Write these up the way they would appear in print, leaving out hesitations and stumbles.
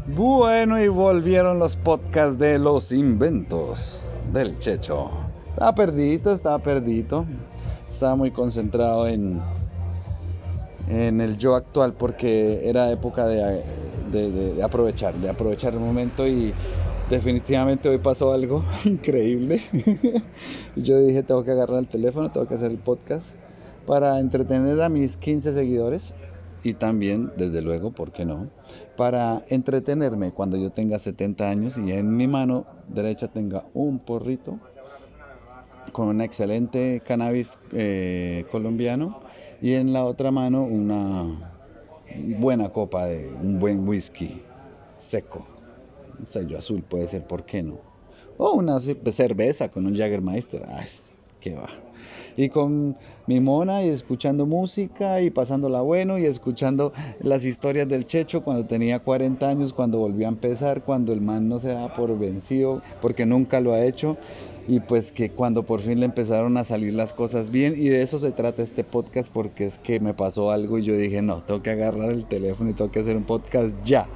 Bueno, y volvieron los podcasts de los inventos del Checho. Estaba perdido. Estaba muy concentrado en el yo actual porque era época de aprovechar el momento y definitivamente hoy pasó algo increíble. Yo dije, tengo que agarrar el teléfono, tengo que hacer el podcast para entretener a mis 15 seguidores y también, desde luego, ¿por qué no? Para entretenerme cuando yo tenga 70 años y en mi mano derecha tenga un porrito con un excelente cannabis colombiano y en la otra mano una buena copa de un buen whisky seco, un sello azul puede ser, ¿por qué no? O una cerveza con un Jägermeister, qué va. Y con mi mona y escuchando música y pasándola bueno y escuchando las historias del Checho cuando tenía 40 años, cuando volvió a empezar, cuando el man no se daba por vencido porque nunca lo ha hecho y pues que cuando por fin le empezaron a salir las cosas bien, y de eso se trata este podcast porque es que me pasó algo y yo dije, no, tengo que agarrar el teléfono y tengo que hacer un podcast ya.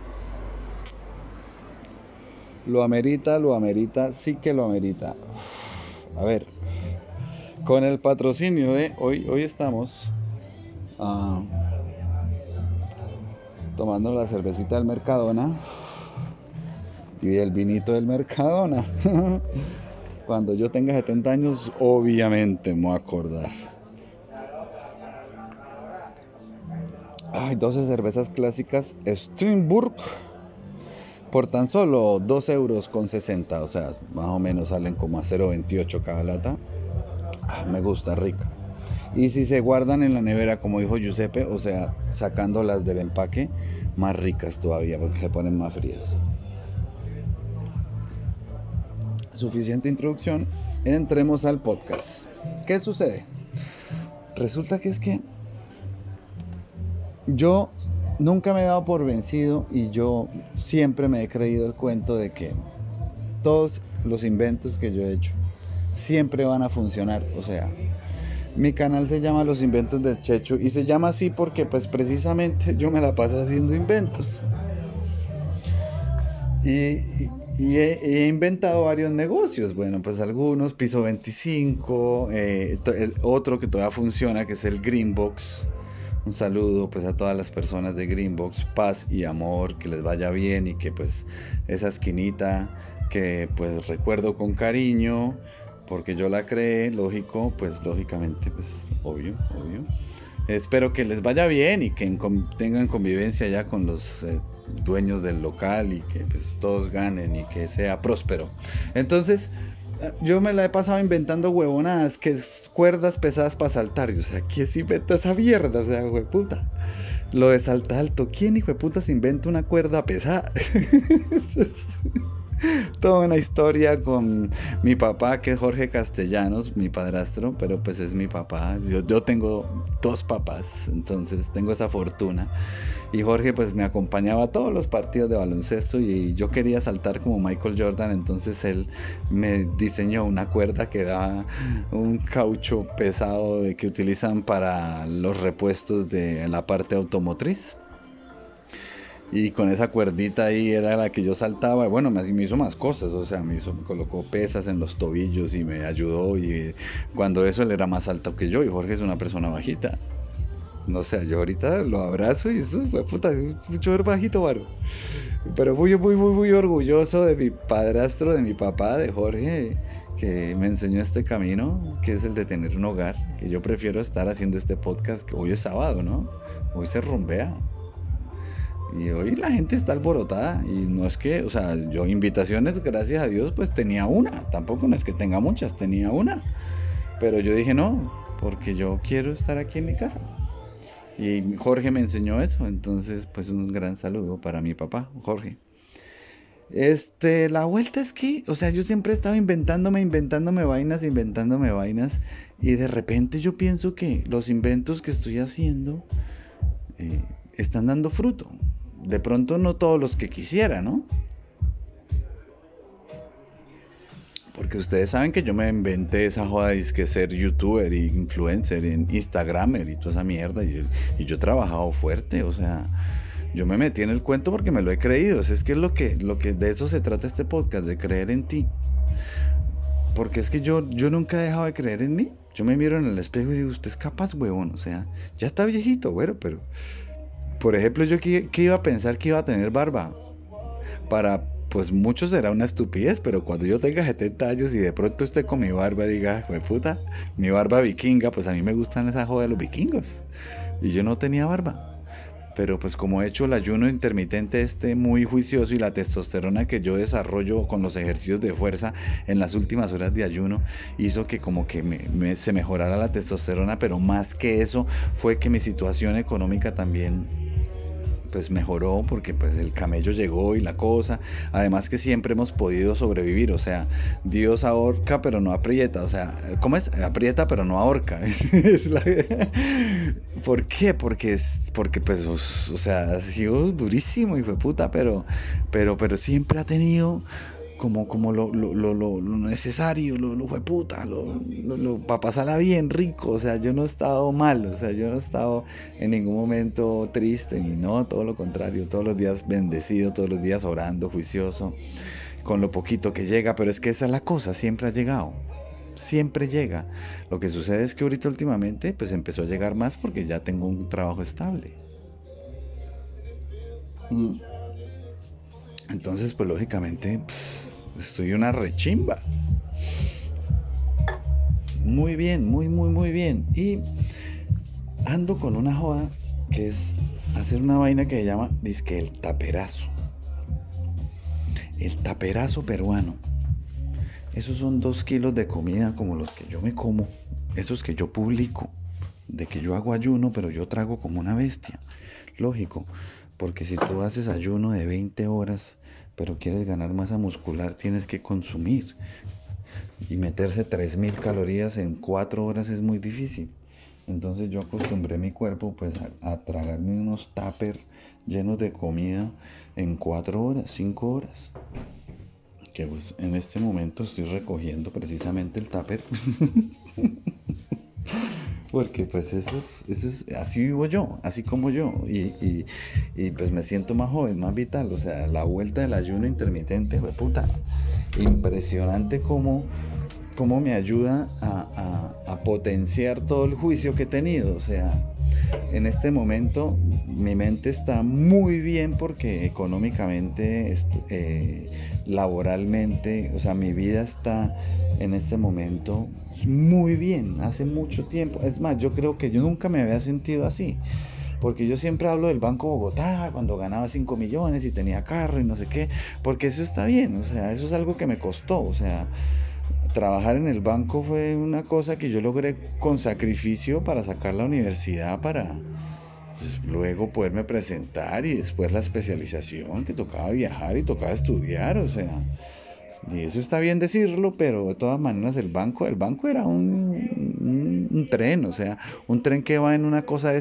Lo amerita, sí que lo amerita. A ver, con el patrocinio de hoy estamos tomando la cervecita del Mercadona y el vinito del Mercadona. Cuando yo tenga 70 años, obviamente me voy a acordar. 12 cervezas clásicas Stringburg por tan solo 2,60 €, o sea, más o menos salen como a 0,28 cada lata. Me gusta, rica. Y si se guardan en la nevera, como dijo Giuseppe, o sea, sacándolas del empaque, más ricas todavía porque se ponen más frías. Suficiente introducción, entremos al podcast. ¿Qué sucede? Resulta que es que yo nunca me he dado por vencido y yo siempre me he creído el cuento de que todos los inventos que yo he hecho siempre van a funcionar. O sea, mi canal se llama Los Inventos del Checho y se llama así porque pues precisamente yo me la paso haciendo inventos. Y he inventado varios negocios. Bueno, pues algunos, Piso 25, el otro que todavía funciona, que es el Greenbox. Un saludo pues a todas las personas de Greenbox, paz y amor, que les vaya bien y que pues esa esquinita que pues recuerdo con cariño, porque yo la creé, lógico, pues lógicamente, pues obvio. Espero que les vaya bien y que tengan convivencia ya con los dueños del local y que pues todos ganen y que sea próspero. Entonces, yo me la he pasado inventando huevonadas, que es cuerdas pesadas para saltar. O sea, ¿quién se inventa esa mierda? O sea, hueputa. Lo de saltalto, ¿quién hijo de puta se inventa una cuerda pesada? Toda una historia con mi papá, que es Jorge Castellanos, mi padrastro, pero pues es mi papá. Yo tengo dos papás, entonces tengo esa fortuna. Y Jorge pues me acompañaba a todos los partidos de baloncesto y yo quería saltar como Michael Jordan, entonces él me diseñó una cuerda que era un caucho pesado que utilizan para los repuestos de la parte automotriz. Y con esa cuerdita ahí era la que yo saltaba. Bueno, me hizo más cosas, o sea, me colocó pesas en los tobillos y me ayudó. Y cuando eso él era más alto que yo y Jorge es una persona bajita. No sé, yo ahorita lo abrazo y eso, puta, es mucho ver bajito, varo. Pero muy orgulloso de mi padrastro, de mi papá, de Jorge, que me enseñó este camino, que es el de tener un hogar. Que yo prefiero estar haciendo este podcast, que hoy es sábado, ¿no? Hoy se rumbea. Y hoy la gente está alborotada y no es que, o sea, yo invitaciones, gracias a Dios, pues tenía una. Tampoco no es que tenga muchas, tenía una. Pero yo dije no, porque yo quiero estar aquí en mi casa. Y Jorge me enseñó eso, entonces pues un gran saludo para mi papá, Jorge. La vuelta es que, o sea, yo siempre he estado inventándome vainas y de repente yo pienso que los inventos que estoy haciendo están dando fruto. De pronto no todos los que quisiera, ¿no? Porque ustedes saben que yo me inventé esa joda de que ser youtuber y influencer, instagramer y toda esa mierda. Y yo he trabajado fuerte, o sea, yo me metí en el cuento porque me lo he creído. O sea, es que lo que de eso se trata este podcast, de creer en ti. Porque es que yo nunca he dejado de creer en mí. Yo me miro en el espejo y digo, usted es capaz, huevón. O sea, ya está viejito, güero, pero... Por ejemplo, yo que iba a pensar que iba a tener barba. Para, pues muchos será una estupidez, pero cuando yo tenga 70 años y de pronto esté con mi barba, diga, puta, mi barba vikinga, pues a mí me gustan esas jodas de los vikingos. Y yo no tenía barba. Pero pues como he hecho el ayuno intermitente muy juicioso y la testosterona que yo desarrollo con los ejercicios de fuerza en las últimas horas de ayuno hizo que como que se mejorara la testosterona, pero más que eso fue que mi situación económica también pues mejoró porque pues el camello llegó y la cosa, además que siempre hemos podido sobrevivir, o sea, Dios ahorca pero no aprieta, o sea, ¿cómo es? Aprieta pero no ahorca. ¿Por qué? Porque pues, o sea, ha sido durísimo y fue puta, pero siempre ha tenido como lo necesario, lo jueputa, para pasarla bien rico. O sea, yo no he estado mal, o sea, yo no he estado en ningún momento triste, ni no, todo lo contrario, todos los días bendecido, todos los días orando, juicioso, con lo poquito que llega, pero es que esa es la cosa, siempre ha llegado. Siempre llega. Lo que sucede es que ahorita últimamente pues empezó a llegar más porque ya tengo un trabajo estable. Entonces pues lógicamente estoy una rechimba. Muy bien, muy bien. Y ando con una joda que es hacer una vaina que se llama dizque el taperazo. El taperazo peruano. Esos son 2 kilos de comida como los que yo me como. Esos que yo publico. De que yo hago ayuno, pero yo trago como una bestia. Lógico, porque si tú haces ayuno de 20 horas, pero quieres ganar masa muscular, tienes que consumir. Y meterse 3000 calorías en 4 horas es muy difícil. Entonces yo acostumbré mi cuerpo pues a tragarme unos tupper llenos de comida en 4 horas, 5 horas. Que pues en este momento estoy recogiendo precisamente el tupper. Porque pues así vivo yo, así como yo, y pues me siento más joven, más vital, o sea, la vuelta del ayuno intermitente, fue puta, impresionante cómo me ayuda a potenciar todo el juicio que he tenido, o sea, en este momento mi mente está muy bien porque económicamente, laboralmente, o sea, mi vida está en este momento muy bien, hace mucho tiempo. Es más, yo creo que yo nunca me había sentido así. Porque yo siempre hablo del Banco Bogotá, cuando ganaba 5 millones y tenía carro y no sé qué, porque eso está bien, o sea, eso es algo que me costó, o sea, trabajar en el banco fue una cosa que yo logré con sacrificio para sacar la universidad, para pues, luego poderme presentar y después la especialización, que tocaba viajar y tocaba estudiar, o sea, y eso está bien decirlo, pero de todas maneras el banco era un tren, o sea, un tren que va en una cosa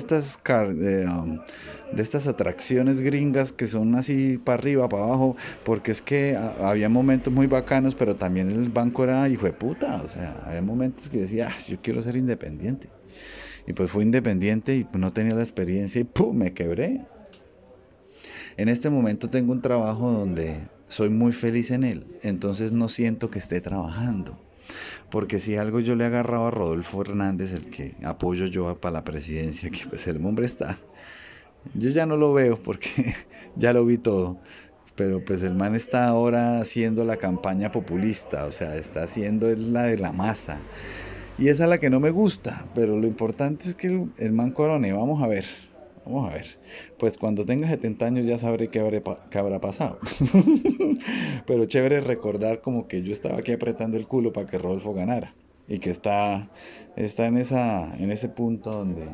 de estas atracciones gringas que son así para arriba, para abajo, porque es que había momentos muy bacanos, pero también el banco era hijo de puta, o sea, había momentos que decía, yo quiero ser independiente. Y pues fui independiente y pues no tenía la experiencia y ¡pum! Me quebré. En este momento tengo un trabajo donde soy muy feliz en él, entonces no siento que esté trabajando. Porque si algo yo le he agarrado a Rodolfo Hernández, el que apoyo yo para la presidencia, que pues el hombre está. Yo ya no lo veo porque ya lo vi todo. Pero pues el man está ahora haciendo la campaña populista, o sea, está haciendo la de la masa. Y esa es la que no me gusta, pero lo importante es que el man corone, vamos a ver. Vamos a ver. Pues cuando tenga 70 años ya sabré qué habrá pasado. Pero chévere recordar como que yo estaba aquí apretando el culo para que Rodolfo ganara. Y que está en ese punto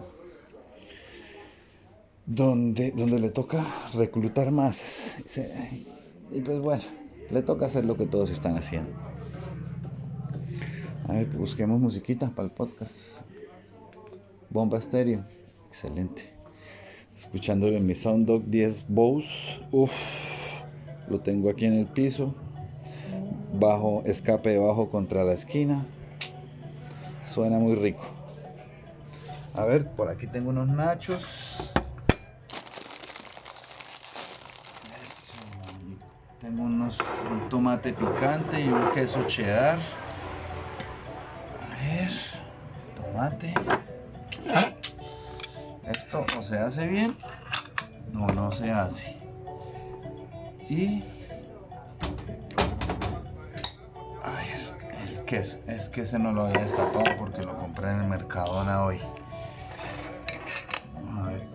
donde le toca reclutar masas. Y pues bueno, le toca hacer lo que todos están haciendo. A ver, busquemos musiquitas para el podcast. Bomba Estéreo. Excelente. Escuchándolo en mi Sound 10 Bose. Uff, lo tengo aquí en el piso. Bajo, escape de bajo contra la esquina. Suena muy rico. A ver, por aquí tengo unos nachos. tengo un tomate picante y un queso cheddar. A ver, tomate. Esto o se hace bien o no se hace. Y a ver, el queso. Es que ese no lo había destapado porque lo compré en el Mercadona hoy. A ver.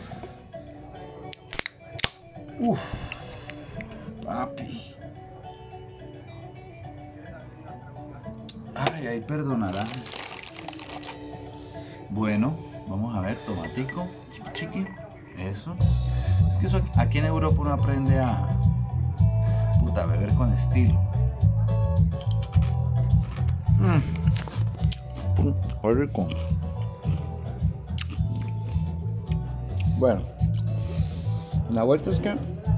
Uff, papi. Ay, ahí perdonarán. Bueno, vamos a ver, tomatico, chiqui, eso. Es que eso aquí en Europa uno aprende a beber con estilo. Rico. Bueno, la vuelta es que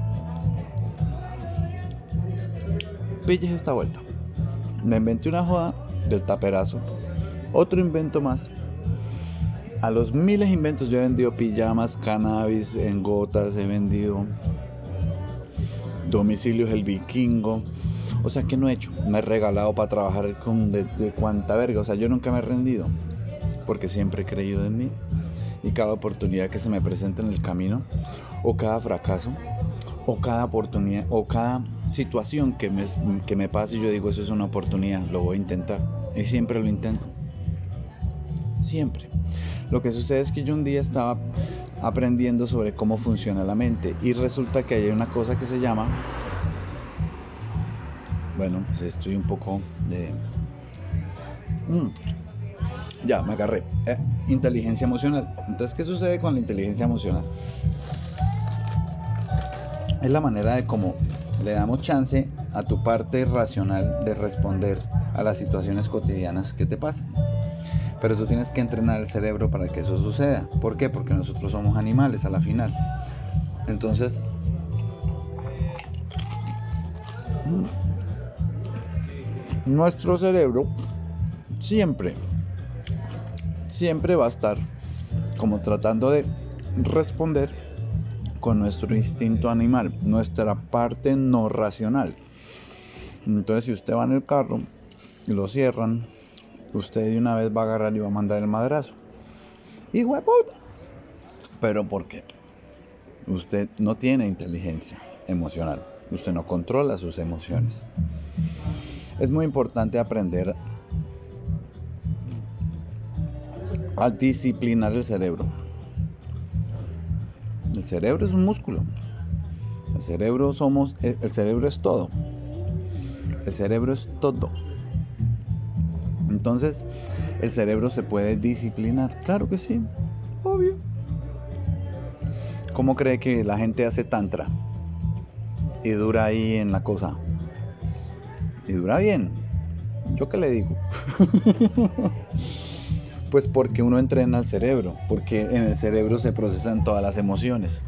pilles esta vuelta. Me inventé una joda del taperazo. Otro invento más. A los miles de inventos yo he vendido pijamas, cannabis en gotas, he vendido domicilios el vikingo. O sea, ¿qué no he hecho? Me he regalado para trabajar con de cuanta verga. O sea, yo nunca me he rendido porque siempre he creído en mí. Y cada oportunidad que se me presenta en el camino, o cada fracaso, o cada oportunidad, o cada situación que me pase y yo digo, eso es una oportunidad, lo voy a intentar. Y siempre lo intento. Siempre. Lo que sucede es que yo un día estaba aprendiendo sobre cómo funciona la mente y resulta que hay una cosa que se llama, bueno, pues estoy un poco de... Ya, me agarré. Inteligencia emocional. Entonces, ¿qué sucede con la inteligencia emocional? Es la manera de cómo le damos chance a tu parte racional de responder a las situaciones cotidianas que te pasan. Pero tú tienes que entrenar el cerebro para que eso suceda. ¿Por qué? Porque nosotros somos animales a la final. Entonces, nuestro cerebro siempre va a estar como tratando de responder con nuestro instinto animal, nuestra parte no racional. Entonces, si usted va en el carro y lo cierran, usted de una vez va a agarrar y va a mandar el madrazo. ¡Hijo de puta! ¿Pero por qué? Usted no tiene inteligencia emocional. Usted no controla sus emociones. Es muy importante aprender a disciplinar el cerebro. El cerebro es un músculo. El cerebro es todo. El cerebro es todo. Entonces, ¿el cerebro se puede disciplinar? Claro que sí, obvio. ¿Cómo cree que la gente hace tantra y dura ahí en la cosa? Y dura bien. ¿Yo qué le digo? Pues porque uno entrena el cerebro, porque en el cerebro se procesan todas las emociones.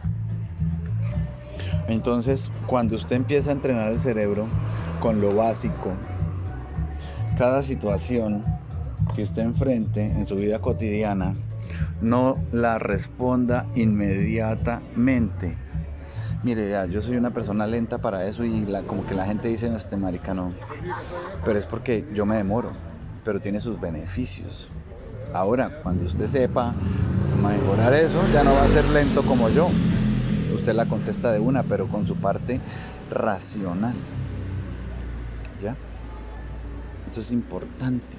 Entonces, cuando usted empieza a entrenar el cerebro con lo básico, cada situación que usted enfrente en su vida cotidiana, no la responda inmediatamente. Mire, ya, yo soy una persona lenta para eso y como que la gente dice, no, este marica no. Pero es porque yo me demoro, pero tiene sus beneficios. Ahora, cuando usted sepa mejorar eso, ya no va a ser lento como yo. Usted la contesta de una, pero con su parte racional. ¿Ya? Eso es importante.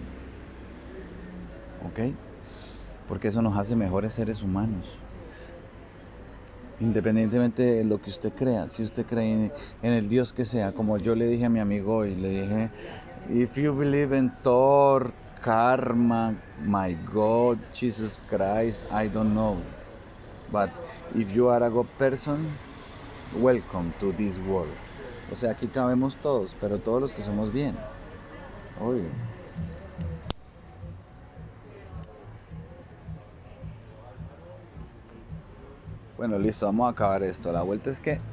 ¿Ok? Porque eso nos hace mejores seres humanos. Independientemente de lo que usted crea. Si usted cree en el Dios que sea, como yo le dije a mi amigo hoy, le dije, if you believe in Thor, karma, my God, Jesus Christ, I don't know. But if you are a good person, welcome to this world. O sea, aquí cabemos todos, pero todos los que somos bien. Obvio. Bueno, listo, vamos a acabar esto. La vuelta es que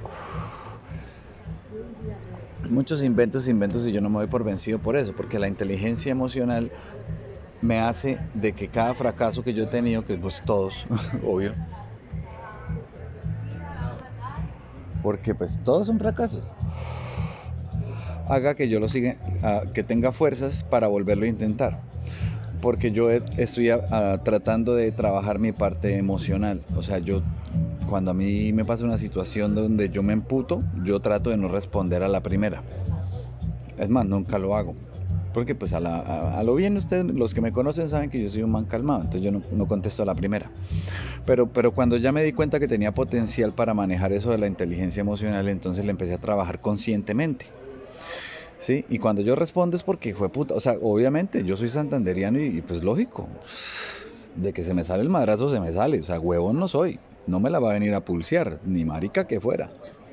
muchos inventos y yo no me doy por vencido por eso, porque la inteligencia emocional me hace de que cada fracaso que yo he tenido, que pues todos, obvio, porque pues todos son fracasos. haga que yo lo siga, que tenga fuerzas para volverlo a intentar. Porque yo estoy tratando de trabajar mi parte emocional. O sea, cuando a mí me pasa una situación donde yo me emputo, yo trato de no responder a la primera. Es más, nunca lo hago. Porque pues a lo bien ustedes, los que me conocen saben que yo soy un man calmado, entonces yo no contesto a la primera. Pero cuando ya me di cuenta que tenía potencial para manejar eso de la inteligencia emocional, entonces le empecé a trabajar conscientemente. ¿Sí? Y cuando yo respondo es porque, hijo de puta, o sea, obviamente yo soy santanderiano y pues lógico, de que se me sale el madrazo se me sale, o sea, huevón no soy, no me la va a venir a pulsear, ni marica que fuera.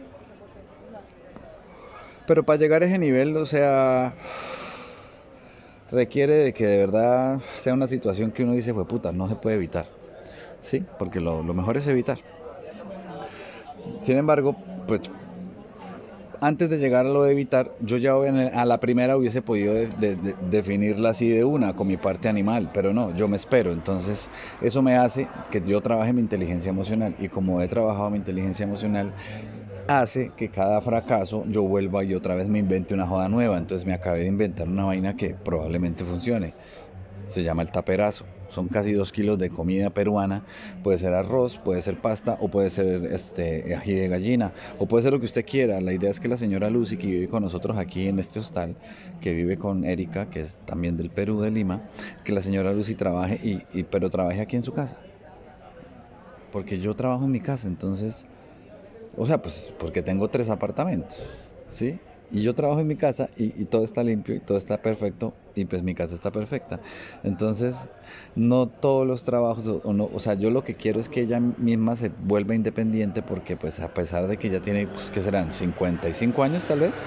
Pero para llegar a ese nivel, o sea, requiere de que de verdad sea una situación que uno dice, hijo de puta, no se puede evitar, ¿sí? Porque lo mejor es evitar. Sin embargo, pues antes de llegar a lo de evitar, yo ya a la primera hubiese podido definirla así de una, con mi parte animal, pero no, yo me espero. Entonces, eso me hace que yo trabaje mi inteligencia emocional, y como he trabajado mi inteligencia emocional, hace que cada fracaso yo vuelva y otra vez me invente una joda nueva. Entonces me acabé de inventar una vaina que probablemente funcione. Se llama el taperazo. Son casi 2 kilos de comida peruana. Puede ser arroz, puede ser pasta, o puede ser ají de gallina, o puede ser lo que usted quiera. La idea es que la señora Lucy, que vive con nosotros aquí en este hostal, que vive con Erika, que es también del Perú, de Lima, que la señora Lucy trabaje, pero trabaje aquí en su casa. Porque yo trabajo en mi casa, entonces, o sea, pues porque tengo 3 apartamentos, ¿sí? Y yo trabajo en mi casa y todo está limpio y todo está perfecto, y pues mi casa está perfecta. Entonces, no todos los trabajos, o sea, yo lo que quiero es que ella misma se vuelva independiente, porque pues a pesar de que ya tiene, pues, ¿qué serán? 55 años tal vez.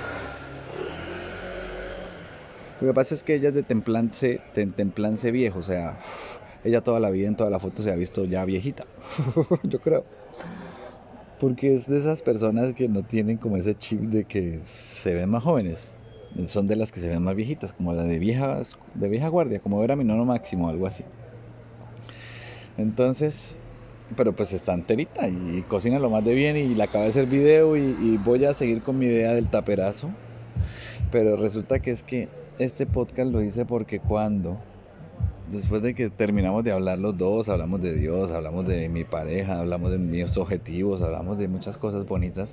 Lo que pasa es que ella es de templance viejo, o sea, ella toda la vida en toda la foto se ha visto ya viejita, yo creo. Porque es de esas personas que no tienen como ese chip de que se ven más jóvenes. Son de las que se ven más viejitas, como la de vieja guardia, como era mi nono máximo, algo así. Entonces, pero pues está enterita y cocina lo más de bien, y le acaba de hacer video, y voy a seguir con mi idea del taperazo. Pero resulta que es que este podcast lo hice porque después de que terminamos de hablar los dos, hablamos de Dios, hablamos de mi pareja, hablamos de mis objetivos, hablamos de muchas cosas bonitas.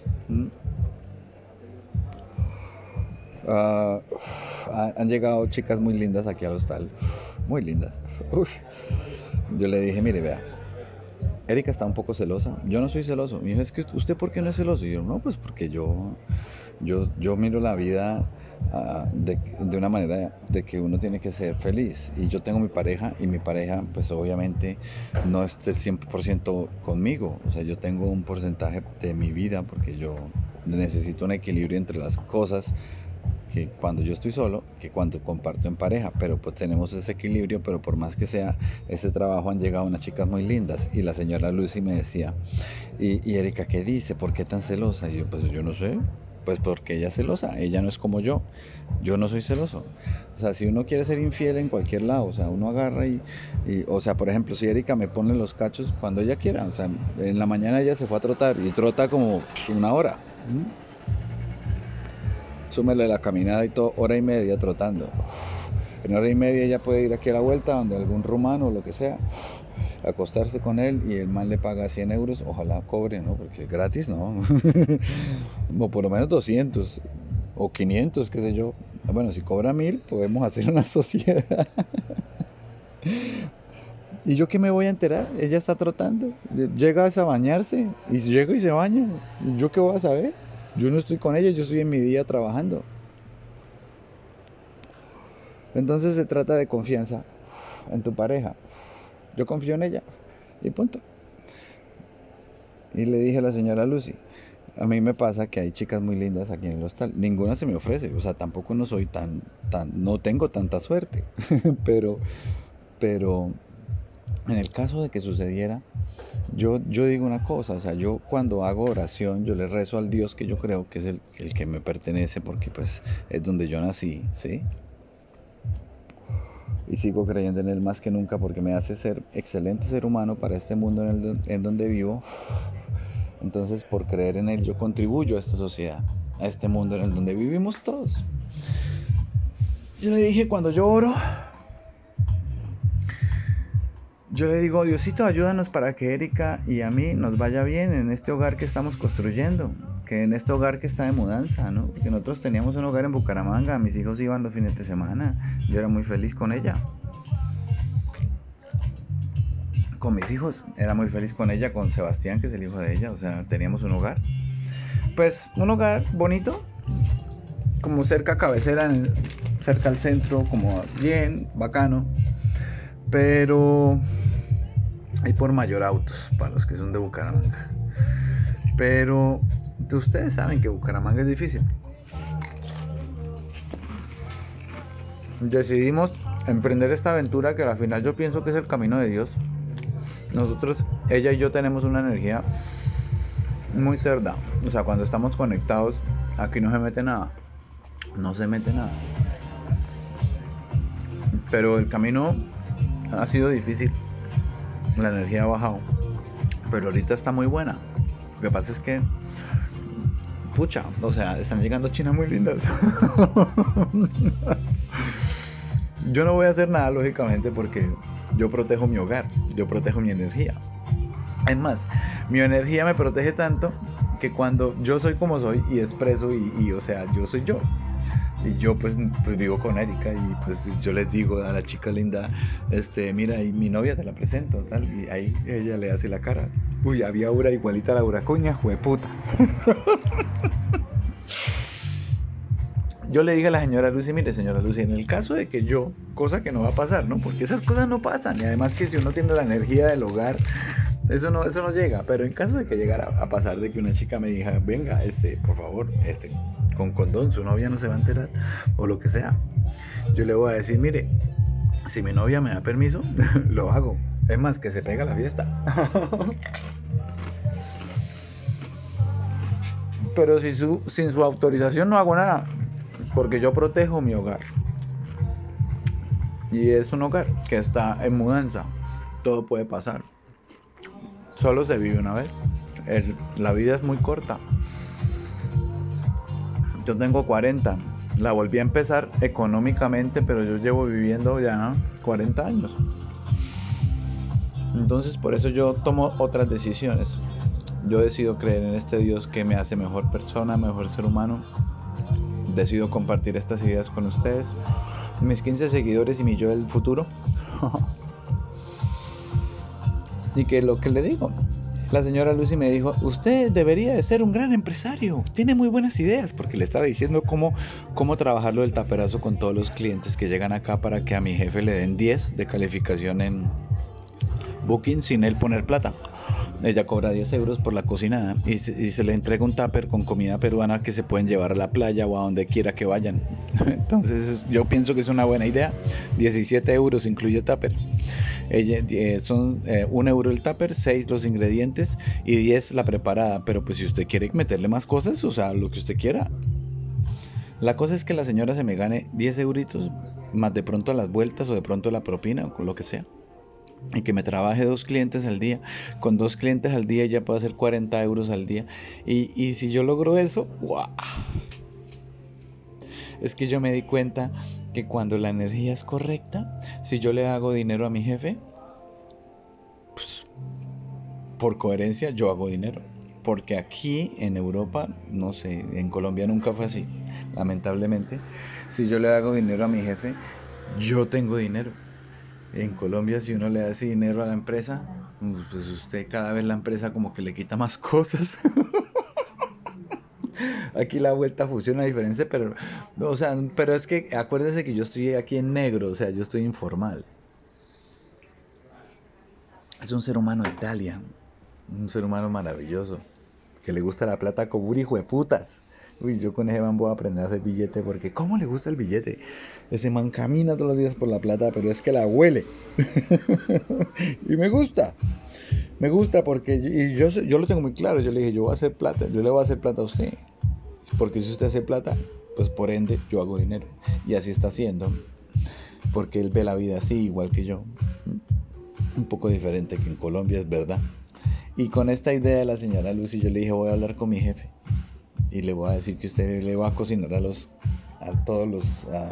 Uh, Han llegado chicas muy lindas aquí al hostal, muy lindas. Uf. Yo le dije, mire, vea, Erika está un poco celosa. Yo no soy celoso. Me dijo, es que usted, ¿por qué no es celoso? Y yo, no, pues porque yo miro la vida de una manera de que uno tiene que ser feliz. Y yo tengo mi pareja, y mi pareja pues obviamente no es el 100% conmigo. O sea, yo tengo un porcentaje de mi vida, porque yo necesito un equilibrio entre las cosas, que cuando yo estoy solo, que cuando comparto en pareja. Pero pues tenemos ese equilibrio. Pero por más que sea ese trabajo, han llegado unas chicas muy lindas. Y la señora Lucy me decía, y Erika, ¿qué dice? ¿Por qué tan celosa? Y yo, pues yo no sé. Pues porque ella es celosa, ella no es como yo no soy celoso. O sea, si uno quiere ser infiel en cualquier lado, o sea, uno agarra o sea, por ejemplo, si Erika me pone los cachos cuando ella quiera, o sea, en la mañana ella se fue a trotar y trota como 1 hora. Súmele la caminada y todo, 1 hora y media trotando. En 1 hora y media ella puede ir aquí a la vuelta donde algún rumano o lo que sea, acostarse con él, y el man le paga 100 euros, ojalá cobre, ¿no? Porque gratis no, o por lo menos 200 o 500, qué sé yo. Bueno, si cobra 1000, podemos hacer una sociedad. ¿Y yo qué me voy a enterar? Ella está trotando, llega a bañarse, y llega y se baña. ¿Yo qué voy a saber? Yo no estoy con ella, yo estoy en mi día trabajando. Entonces se trata de confianza en tu pareja. Yo confío en ella y punto. Y le dije a la señora Lucy, a mí me pasa que hay chicas muy lindas aquí en el hostal, ninguna se me ofrece, o sea, tampoco no soy no tengo tanta suerte, pero, pero en el caso de que sucediera, yo digo una cosa, o sea, yo cuando hago oración, yo le rezo al Dios que yo creo que es el que me pertenece, porque pues es donde yo nací, ¿sí? Y sigo creyendo en él más que nunca, porque me hace ser excelente ser humano para este mundo en donde vivo. Entonces, por creer en él, yo contribuyo a esta sociedad. a este mundo en el donde vivimos todos. Yo le dije, cuando yo oro, yo le digo, Diosito, ayúdanos para que Erika y a mí nos vaya bien en este hogar que estamos construyendo, que en este hogar que está de mudanza, ¿no? Porque nosotros teníamos un hogar en Bucaramanga, mis hijos iban los fines de semana, yo era muy feliz con ella, con mis hijos, era muy feliz con ella, con Sebastián, que es el hijo de ella, o sea, teníamos un hogar, pues un hogar bonito, como cerca a cabecera, cerca al centro, como bien, bacano, pero hay por mayor autos para los que son de Bucaramanga. Pero ustedes saben que Bucaramanga es difícil. Decidimos emprender esta aventura que al final yo pienso que es el camino de Dios. Nosotros, ella y yo tenemos una energía muy cerda. O sea, cuando estamos conectados, aquí no se mete nada. No se mete nada. Pero el camino ha sido difícil. La energía ha bajado. Pero ahorita está muy buena. Lo que pasa es que, pucha, o sea, están llegando chinas muy lindas. Yo no voy a hacer nada, lógicamente, porque yo protejo mi hogar, yo protejo mi energía. Es más, mi energía me protege tanto que cuando yo soy como soy y expreso y o sea, yo soy yo. Y yo pues vivo con Erika y pues yo les digo a la chica linda, mira, y mi novia te la presento, tal, y ahí ella le hace la cara. Uy, había una igualita a la huracuña, jueputa. Yo le dije a la señora Lucy, mire señora Lucy, en el caso de que yo, cosa que no va a pasar, ¿no? Porque esas cosas no pasan, y además que si uno tiene la energía del hogar, eso no llega, pero en caso de que llegara a pasar de que una chica me diga, venga, por favor, con condón, su novia no se va a enterar, o lo que sea, yo le voy a decir, mire, si mi novia me da permiso, lo hago, es más, que se pega la fiesta. Pero sin su autorización no hago nada, porque yo protejo mi hogar. Y es un hogar que está en mudanza. Todo puede pasar. Solo se vive una vez. La vida es muy corta. Yo tengo 40. La volví a empezar económicamente, pero yo llevo viviendo ya 40 años. Entonces por eso yo tomo otras decisiones. Yo decido creer en este Dios que me hace mejor persona, mejor ser humano. Decido compartir estas ideas con ustedes, mis 15 seguidores y mi yo del futuro. Y que lo que le digo, la señora Lucy me dijo, usted debería de ser un gran empresario, tiene muy buenas ideas, porque le estaba diciendo cómo trabajarlo del taperazo con todos los clientes que llegan acá para que a mi jefe le den 10 de calificación en Booking sin él poner plata. Ella cobra 10 euros por la cocinada y se le entrega un tupper con comida peruana que se pueden llevar a la playa o a donde quiera que vayan. Entonces yo pienso que es una buena idea. 17 euros incluye tupper. Son 1 euro el tupper, 6 los ingredientes y 10 la preparada. Pero pues si usted quiere meterle más cosas, o sea, lo que usted quiera. La cosa es que la señora se me gane 10 euritos más de pronto las vueltas o de pronto la propina o con lo que sea. Y que me trabaje 2 clientes al día. Con 2 clientes al día ya puedo hacer 40 euros al día. Y si yo logro eso, ¡guau! Es que yo me di cuenta que cuando la energía es correcta, si yo le hago dinero a mi jefe, pues, por coherencia yo hago dinero. Porque aquí en Europa, no sé, en Colombia nunca fue así, lamentablemente. Si yo le hago dinero a mi jefe, yo tengo dinero. En Colombia, si uno le hace dinero a la empresa, pues usted cada vez la empresa como que le quita más cosas. Aquí la vuelta funciona diferente, pero es que acuérdese que yo estoy aquí en negro, o sea, yo estoy informal. Es un ser humano de Italia, un ser humano maravilloso, que le gusta la plata como un hijo de putas. Uy, yo con ese man voy a aprender a hacer billete porque ¿cómo le gusta el billete? Ese man camina todos los días por la plata, pero es que la huele. Y me gusta porque yo lo tengo muy claro. Yo le dije, yo voy a hacer plata, yo le voy a hacer plata a usted. Porque si usted hace plata, pues por ende yo hago dinero. Y así está haciendo. Porque él ve la vida así, igual que yo. Un poco diferente que en Colombia, es verdad. Y con esta idea de la señora Lucy, yo le dije, voy a hablar con mi jefe. y le voy a decir que usted le va a cocinar a todos los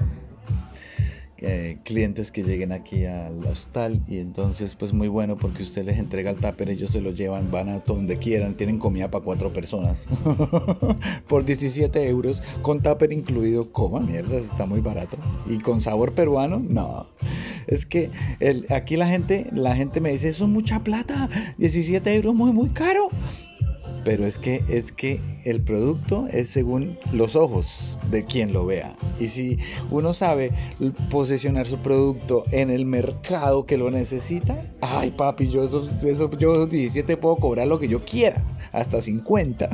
clientes que lleguen aquí al hostal, y entonces pues muy bueno porque usted les entrega el tupper, ellos se lo llevan, van a donde quieran, tienen comida para 4 personas por 17 euros con tupper incluido. Coma mierda, está muy barato y con sabor peruano. No, es que aquí la gente me dice, eso es mucha plata, 17 euros muy caro. Pero es que el producto es según los ojos de quien lo vea. Y si uno sabe posicionar su producto en el mercado que lo necesita, ay papi, yo esos 17 puedo cobrar lo que yo quiera, hasta 50.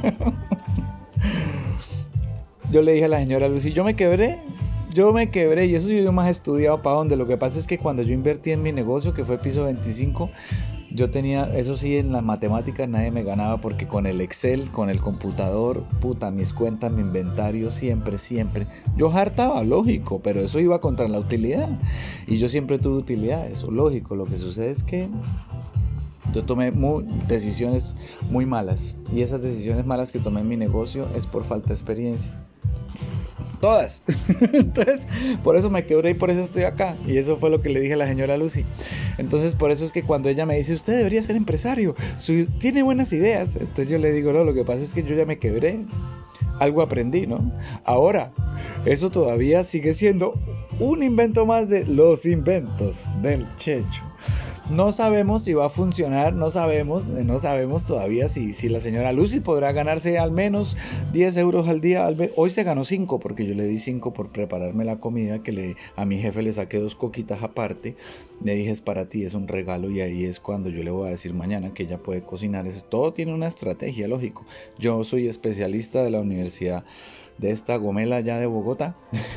Yo le dije a la señora Lucy, yo me quebré, y eso yo más estudiado para donde. Lo que pasa es que cuando yo invertí en mi negocio, que fue piso 25, yo tenía, eso sí, en las matemáticas nadie me ganaba, porque con el Excel, con el computador, puta, mis cuentas, mi inventario, siempre, yo hartaba, lógico, pero eso iba contra la utilidad, y yo siempre tuve utilidad, eso, lógico. Lo que sucede es que yo tomé decisiones muy malas, y esas decisiones malas que tomé en mi negocio es por falta de experiencia. Todas. Entonces, por eso me quebré y por eso estoy acá. Y eso fue lo que le dije a la señora Lucy. Entonces, por eso es que cuando ella me dice, usted debería ser empresario, tiene buenas ideas. Entonces yo le digo, no, lo que pasa es que yo ya me quebré. Algo aprendí, ¿no? Ahora, eso todavía sigue siendo un invento más de los inventos del Checho. No sabemos si va a funcionar, no sabemos todavía si la señora Lucy podrá ganarse al menos 10 euros al día. Hoy se ganó 5 porque yo le di 5 por prepararme la comida, que a mi jefe le saqué 2 coquitas aparte. Le dije, es para ti, es un regalo, y ahí es cuando yo le voy a decir mañana que ella puede cocinar. Todo tiene una estrategia, lógico. Yo soy especialista de la universidad de esta gomela allá de Bogotá,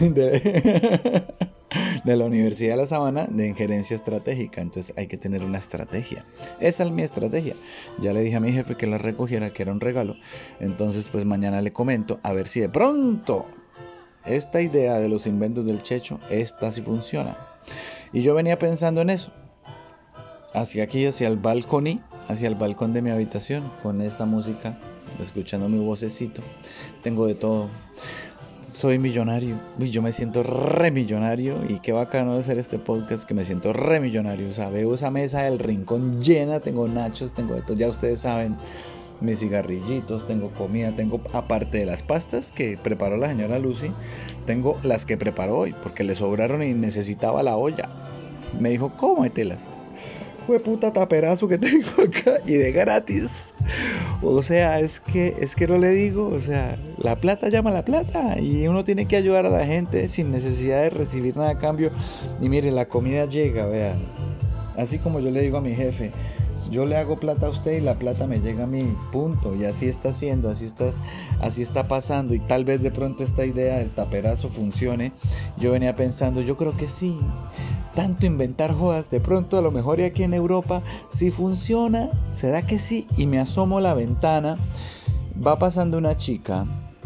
de la Universidad de La Sabana, de gerencia estratégica. Entonces hay que tener una estrategia. Esa es mi estrategia. Ya le dije a mi jefe que la recogiera, que era un regalo. Entonces pues mañana le comento, a ver si de pronto esta idea de los inventos del Checho, esta sí funciona. Y yo venía pensando en eso, hacia el balcón de mi habitación, con esta música, escuchando mi vocecito. Tengo de todo. Soy millonario. Yo me siento re millonario. Y qué bacano de hacer este podcast, que me siento re millonario. O sea, veo esa mesa del rincón llena. Tengo nachos, tengo de todo. Ya ustedes saben, mis cigarrillitos, tengo comida, tengo, aparte de las pastas que preparó la señora Lucy, tengo las que preparó hoy, porque le sobraron y necesitaba la olla. Me dijo, cómetelas. Fue puta taperazo que tengo acá, y de gratis. O sea, es que no le digo, o sea, la plata llama a la plata, y uno tiene que ayudar a la gente sin necesidad de recibir nada a cambio. Y mire, la comida llega, vea, así como yo le digo a mi jefe, yo le hago plata a usted y la plata me llega a mí, punto. Y así está haciendo, así está pasando. Y tal vez de pronto esta idea del taperazo funcione. Yo venía pensando, yo creo que sí. Tanto inventar jodas, de pronto a lo mejor y aquí en Europa sí funciona. ¿Será que sí? Y me asomo a la ventana, va pasando una chica,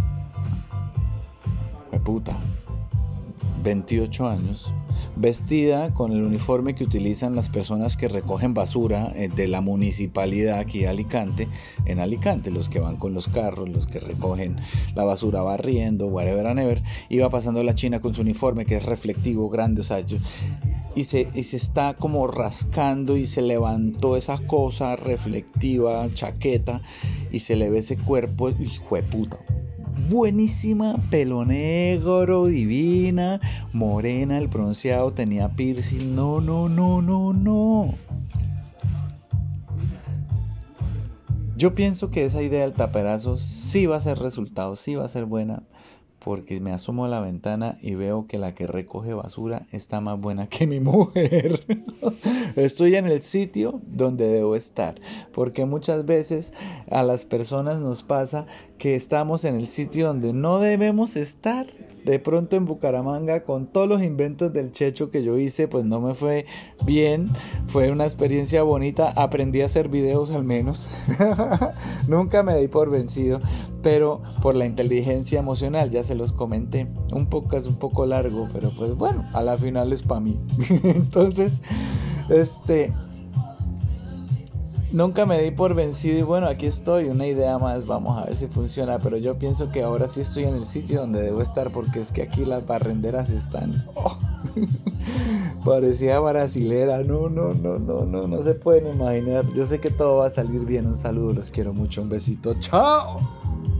puta, 28 años, vestida con el uniforme que utilizan las personas que recogen basura de la municipalidad aquí de Alicante, en Alicante, los que van con los carros, los que recogen la basura barriendo, whatever and ever. Y va pasando la china con su uniforme que es reflectivo, grande, o sea, y se está como rascando, y se levantó esa cosa reflectiva, chaqueta, y se le ve ese cuerpo, hijo de puta, buenísima, pelo negro, divina, morena, el bronceado, tenía piercing, no. Yo pienso que esa idea del taperazo sí va a ser resultado, sí va a ser buena, porque me asomo a la ventana y veo que la que recoge basura está más buena que mi mujer. Estoy en el sitio donde debo estar, porque muchas veces a las personas nos pasa que estamos en el sitio donde no debemos estar. De pronto en Bucaramanga, con todos los inventos del Checho que yo hice, pues no me fue bien. Fue una experiencia bonita, aprendí a hacer videos al menos. Nunca me di por vencido, pero por la inteligencia emocional, ya se los comenté. Un poco largo, pero pues bueno, a la final es para mí. Entonces, nunca me di por vencido y bueno, aquí estoy, una idea más, vamos a ver si funciona, pero yo pienso que ahora sí estoy en el sitio donde debo estar porque es que aquí las barrenderas están... Oh, parecía brasilera, no se pueden imaginar. Yo sé que todo va a salir bien, un saludo, los quiero mucho, un besito, chao.